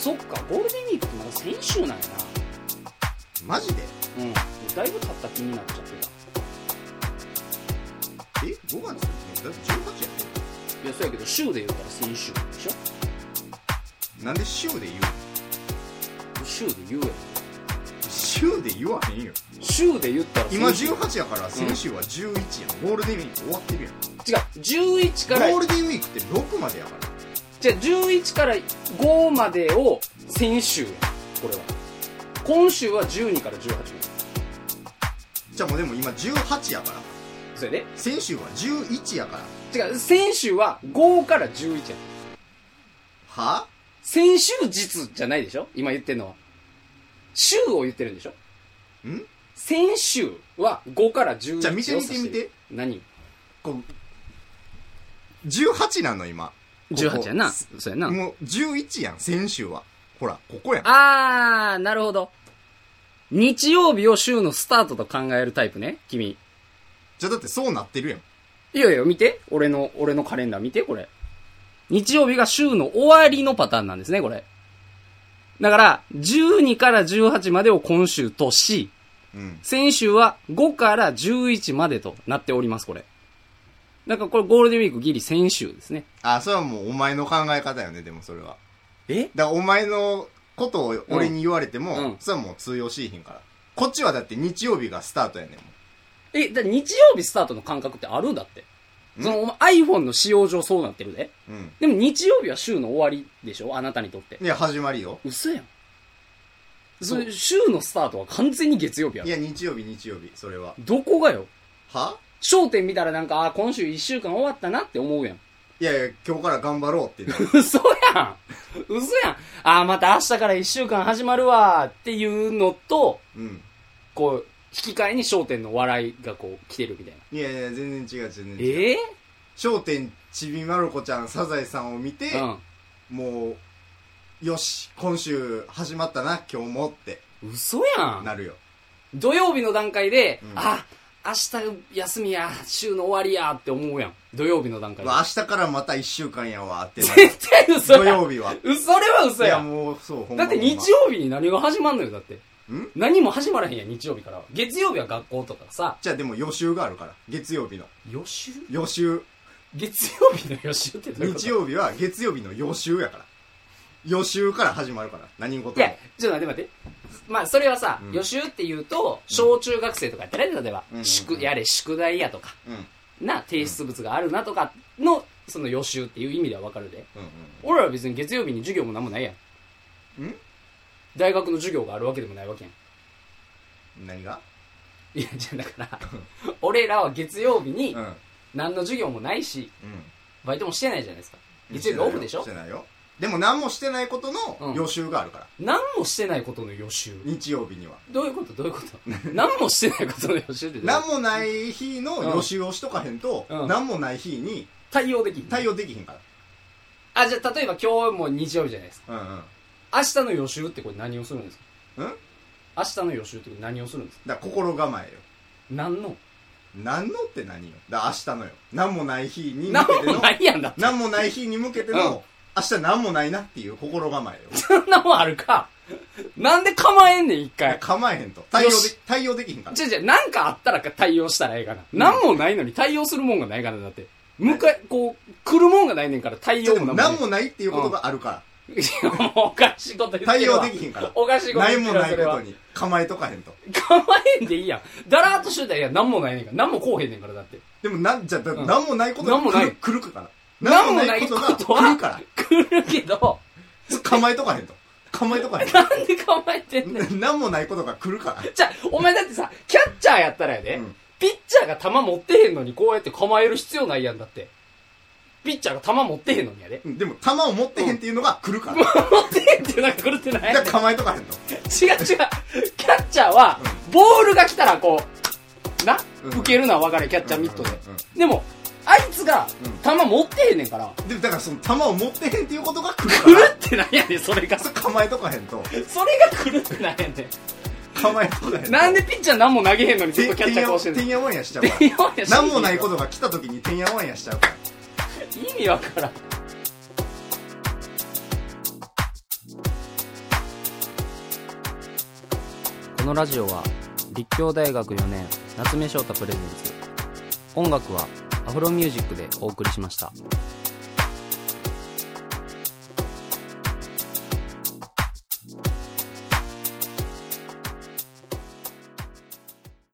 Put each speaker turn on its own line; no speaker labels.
そっか、ゴールデンウィークってまだ先週なんやな。
マジで？
うん。だいぶ経った気になっちゃってた。
5月だって18やって
いや、そうやけど週で言ったら先週でしょ。
なんで週で言う？
週で言うやん。
週で言わへんよ。
週で言ったら
今18やから先週は11やん、ゴールデンウィーク終わってるやん。
違う、11から
ゴールデンウィークって6までやから。
じゃあ11から5までを先週やん、これは。今週は12から18まで。
じゃあもうでも今18やから。
それで
先週は11やから。
違う、先週は5から11やん。
は？
先週日じゃないでしょ今言ってんのは。週を言ってるんでしょ。
ん？
先週は5から11を。
じゃあ見て。
何？
こう18なの今。
18やな。そうやな。
もう11やん、先週は。ほら、ここやん。
あー、なるほど。日曜日を週のスタートと考えるタイプね、君。
じゃあだってそうなってるやん。
いやいや、見て。俺のカレンダー見て、これ。日曜日が週の終わりのパターンなんですね、これ。だから、12から18までを今週とし、先週は5から11までとなっております、これ。だからこれゴールデンウィークギリ先週ですね。
あ、それはもうお前の考え方よね、でもそれは。
だ
からお前のことを俺に言われても、それはもう通用しいひんから。こっちはだって日曜日がスタートやねんもん。
だ日曜日スタートの感覚ってあるんだって。その iPhone の使用上そうなってるで。でも日曜日は週の終わりでしょ、あなたにとって。
いや、始まりよ。
嘘やん。それ週のスタートは完全に月曜日やろ。
いや、日曜日、それは。
どこがよ。
は？
焦点見たらなんか、今週1週間終わったなって思うやん。
いやいや、今日から頑張ろうって言
って。嘘やん。また明日から1週間始まるわっていうのと、こう、引き換えに焦点の笑いがこう来てるみたいな。
いやいや、全然違う。焦点ちびまる子ちゃん、サザエさんを見て、もう、よし、今週始まったな、今日もって。
嘘やん。
なるよ。
土曜日の段階で、明日休みや、週の終わりやって思うやん。土曜日の段階で。
明日からまた1週間やわって。
絶対嘘やん。
土曜日は。
それは嘘やん。
いやもう、そう、ほんま。
だって日曜日に何が始まんのよ、だって。何も始まらへんやん、日曜日からは。月曜日は学校とかさ。
じゃあでも予習があるから。月曜日の。
予習。月曜日の予習ってどういうこと？
日曜日は月曜日の予習やから。予習から始まるから。何事も。
いや、ちょっと待って。まあ、それはさ、予習って言うと、小中学生とかやったら、例えば、宿題やとか、提出物があるなとかの、その予習っていう意味ではわかるで。俺らは別に月曜日に授業もなんもないやん。大学の授業があるわけでもないわけやん。
何が？
いや、じゃあだから、俺らは月曜日に、何の授業もないし、バイトもしてないじゃないですか。月曜日オフでしょ？
してないよ。でも何もしてないことの予習があるから。
何もしてないことの予習？
日曜日には。
どういうこと何もしてないことの予習って
何もない日の予習をしとかへんと、何もない日に
対応できひん
から。
あ、じゃあ例えば今日も日曜日じゃないですか。明日の予習ってこれ何をするんですか？明日の予習って何をするんですか？
だから心構えよ。
何の
って何よ。だから明日のよ。何もない日に
向けての。何もないやんだって。
何もない日に向けての、明日何もないなっていう心構えよ。
そんなもんあるか。なんで構えんねん、一回。
構えへんと。対応できへんから。
なんかあったら対応したらええかな。何もないのに対応するもんがないからだって。こう、来るもんがないねんから対応もなんもない。
何もないっていうことがあるから。
いや、もうおかしいこと言って
るわ。対応できへんから。
おかしいこと言ってるわ。
ないもないことに構えとかへんと。
構えんでいいやん。だらーっとしてたらいや、何もないねんから。何もこうへんねんからだって。
でも何もないことが来るから。
何もないことが
来るから。
来るけど、
構えとかへんと。構えとかへん。
なんで構えてんねん。
何もないことが来るから。
じゃあ、お前だってさ、キャッチャーやったらやで、ピッチャーが球持ってへんのにこうやって構える必要ないやんだって。ピッチャーが球持ってへんのにやで。
でも、球を持ってへんっていうのが来るから。
持ってへんっていうのが来るってないやん。
構えとかへんと。
違う。キャッチャーは、ボールが来たらこう、受けるのは分かる、キャッチャーミットで。でも、あいつが、球持ってへんねんから。
だからその球を持ってへんっていうことが来るから。
来るってなんやねん、それが。
構えとかへんと。
それが来るってなんやねん。
構えとかへん。
なんでピッチャー何も投げへんのにずっとキャッチャーこうしてんの？
てんやわんやしちゃうから。何もないことが来た時にてんやわんやしちゃうから。
意味わからん。 のラジオは立教大学4年夏目翔太プレゼンツ、音楽はアフロミュージックでお送りしました。